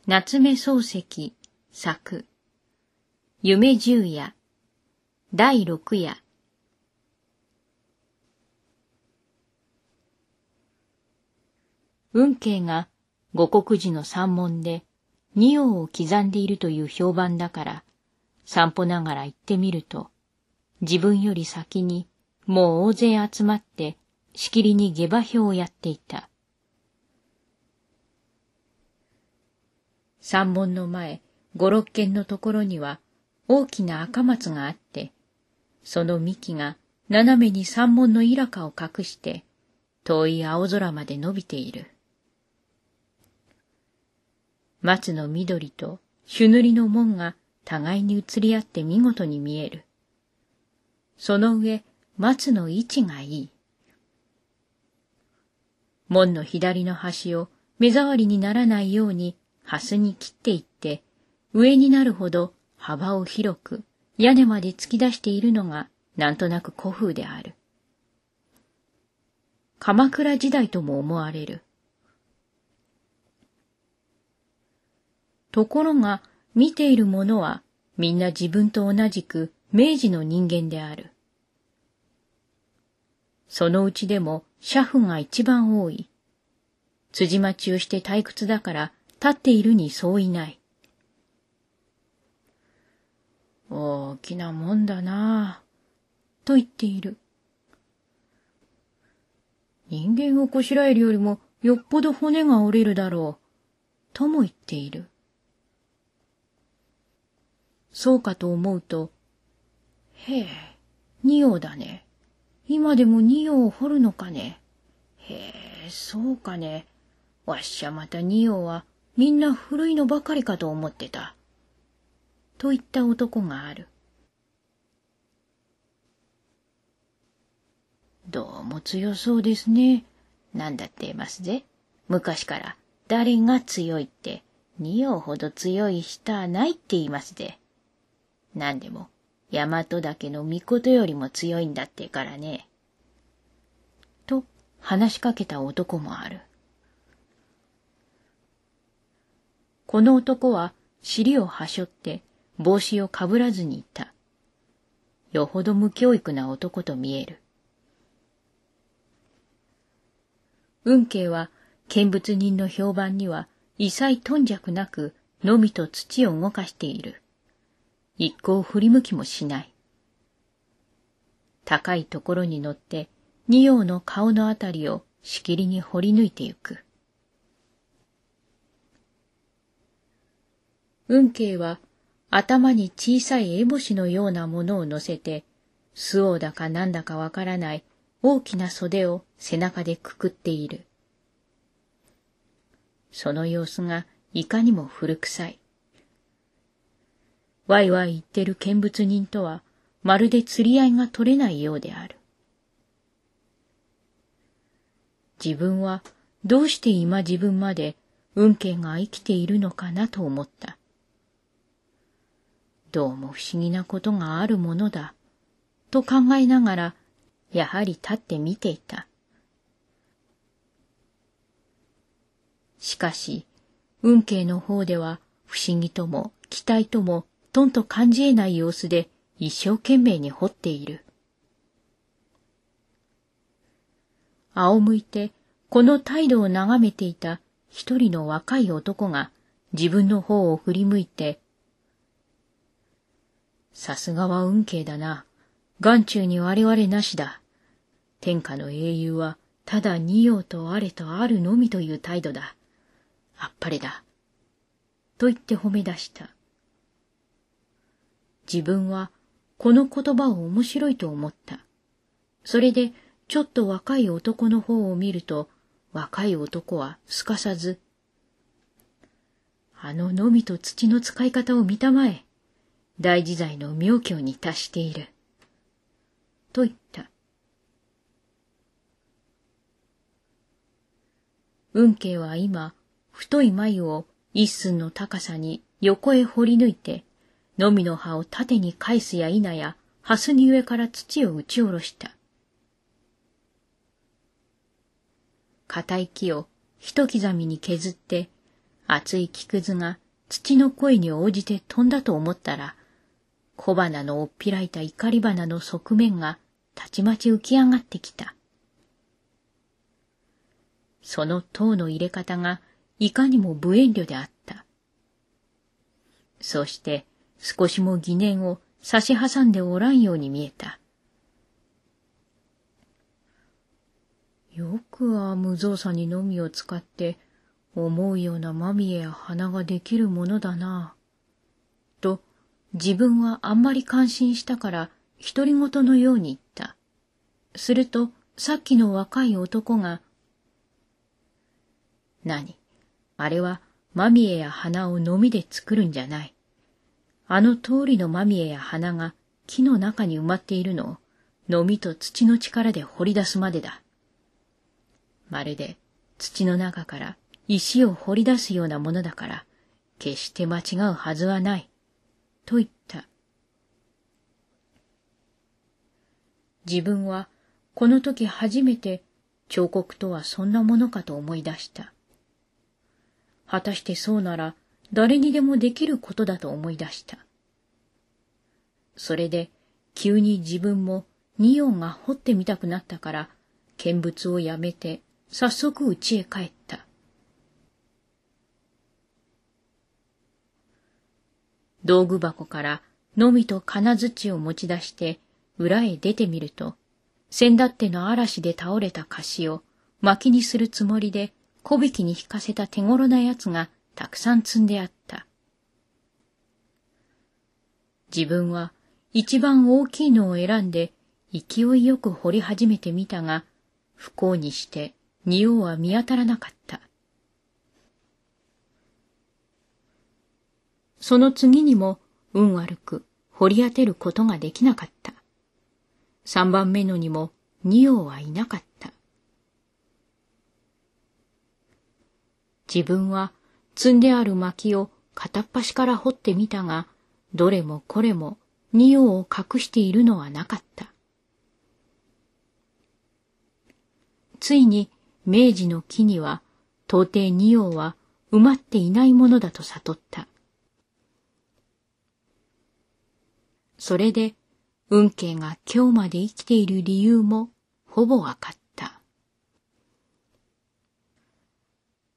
夏目漱石作夢十夜第六夜。運慶が五穀寺の山門で仁王を刻んでいるという評判だから散歩ながら行ってみると、自分より先にもう大勢集まってしきりに下馬評をやっていた。山門の前五六軒のところには大きな赤松があって、その幹が斜めに山門のイラカを隠して遠い青空まで伸びている。松の緑と朱塗りの門が互いに移り合って見事に見える。その上、松の位置がいい。門の左の端を目障りにならないように蓮に切っていって、上になるほど幅を広く屋根まで突き出しているのがなんとなく古風である。鎌倉時代とも思われる。ところが見ている者はみんな自分と同じく明治の人間である。そのうちでも車夫が一番多い。辻待ちをして退屈だから立っているにそういない。大きなもんだなぁ、と言っている。人間をこしらえるよりもよっぽど骨が折れるだろう、とも言っている。そうかと思うと、へえ、仁王だね。今でも仁王を彫るのかね。へえ、そうかね。わっしゃまた仁王はみんな古いのばかりかと思ってた。と言った男がある。どうも強そうですね。なんだって言いますぜ。昔から誰が強いって仁王ほど強い人はないって言いますで。なんでも大和岳の命よりも強いんだってからね。と話しかけた男もある。この男は尻をはしょって帽子をかぶらずにいた。よほど無教育な男と見える。運慶は見物人の評判には一切頓着なくのみと土を動かしている。一向振り向きもしない。高いところに乗って仁王の顔のあたりをしきりに掘り抜いてゆく。運慶は頭に小さい烏帽子のようなものを乗せて、周防だかなんだかわからない大きな袖を背中でくくっている。その様子がいかにも古臭い。わいわい言ってる見物人とはまるで釣り合いが取れないようである。自分はどうして今自分まで運慶が生きているのかなと思った。どうも不思議なことがあるものだ、と考えながら、やはり立って見ていた。しかし、運慶の方では不思議とも期待ともとんと感じ得ない様子で一生懸命に掘っている。仰向いてこの態度を眺めていた一人の若い男が自分の方を振り向いて、さすがは運慶だな。眼中に我々なしだ。天下の英雄はただ仁王とあれとあるのみという態度だ。あっぱれだ。と言って褒め出した。自分はこの言葉を面白いと思った。それでちょっと若い男の方を見ると、若い男はすかさず、あののみと土の使い方を見たまえ。大自在の妙境に達している。と言った。運慶は今、太い眉を一寸の高さに横へ掘り抜いて、のみの葉を縦に返すや否や、蓮に上から土を打ち下ろした。硬い木を一刻みに削って、 厚い木くずが土の声に応じて飛んだと思ったら、小花のおっぴらいた怒り花の側面がたちまち浮き上がってきた。その塔の入れ方がいかにも無遠慮であった。そして少しも疑念を差し挟んでおらんように見えた。よくは無造作にのみを使って思うようなまみえや花ができるものだなぁ。と自分はあんまり感心したから独り言のように言った。するとさっきの若い男が、何、あれはまみえや花をのみで作るんじゃない。あの通りのまみえや花が木の中に埋まっているのをのみと土の力で掘り出すまでだ。まるで土の中から石を掘り出すようなものだから、決して間違うはずはない、と言った。自分はこの時初めて彫刻とはそんなものかと思い出した。果たしてそうなら誰にでもできることだと思い出した。それで急に自分も仁王が彫ってみたくなったから見物をやめて早速家へ帰った。道具箱からのみと金槌を持ち出して裏へ出てみると、先だっての嵐で倒れた菓子を薪にするつもりで小引きに引かせた手頃なやつがたくさん積んであった。自分は一番大きいのを選んで勢いよく掘り始めてみたが、不幸にして仁王は見当たらなかった。その次にも運悪く掘り当てることができなかった。三番目のにも仁王はいなかった。自分は積んである薪を片っ端から掘ってみたが、どれもこれも仁王を隠しているのはなかった。ついに明治の木には到底仁王は埋まっていないものだと悟った。それで運慶が今日まで生きている理由もほぼわかった。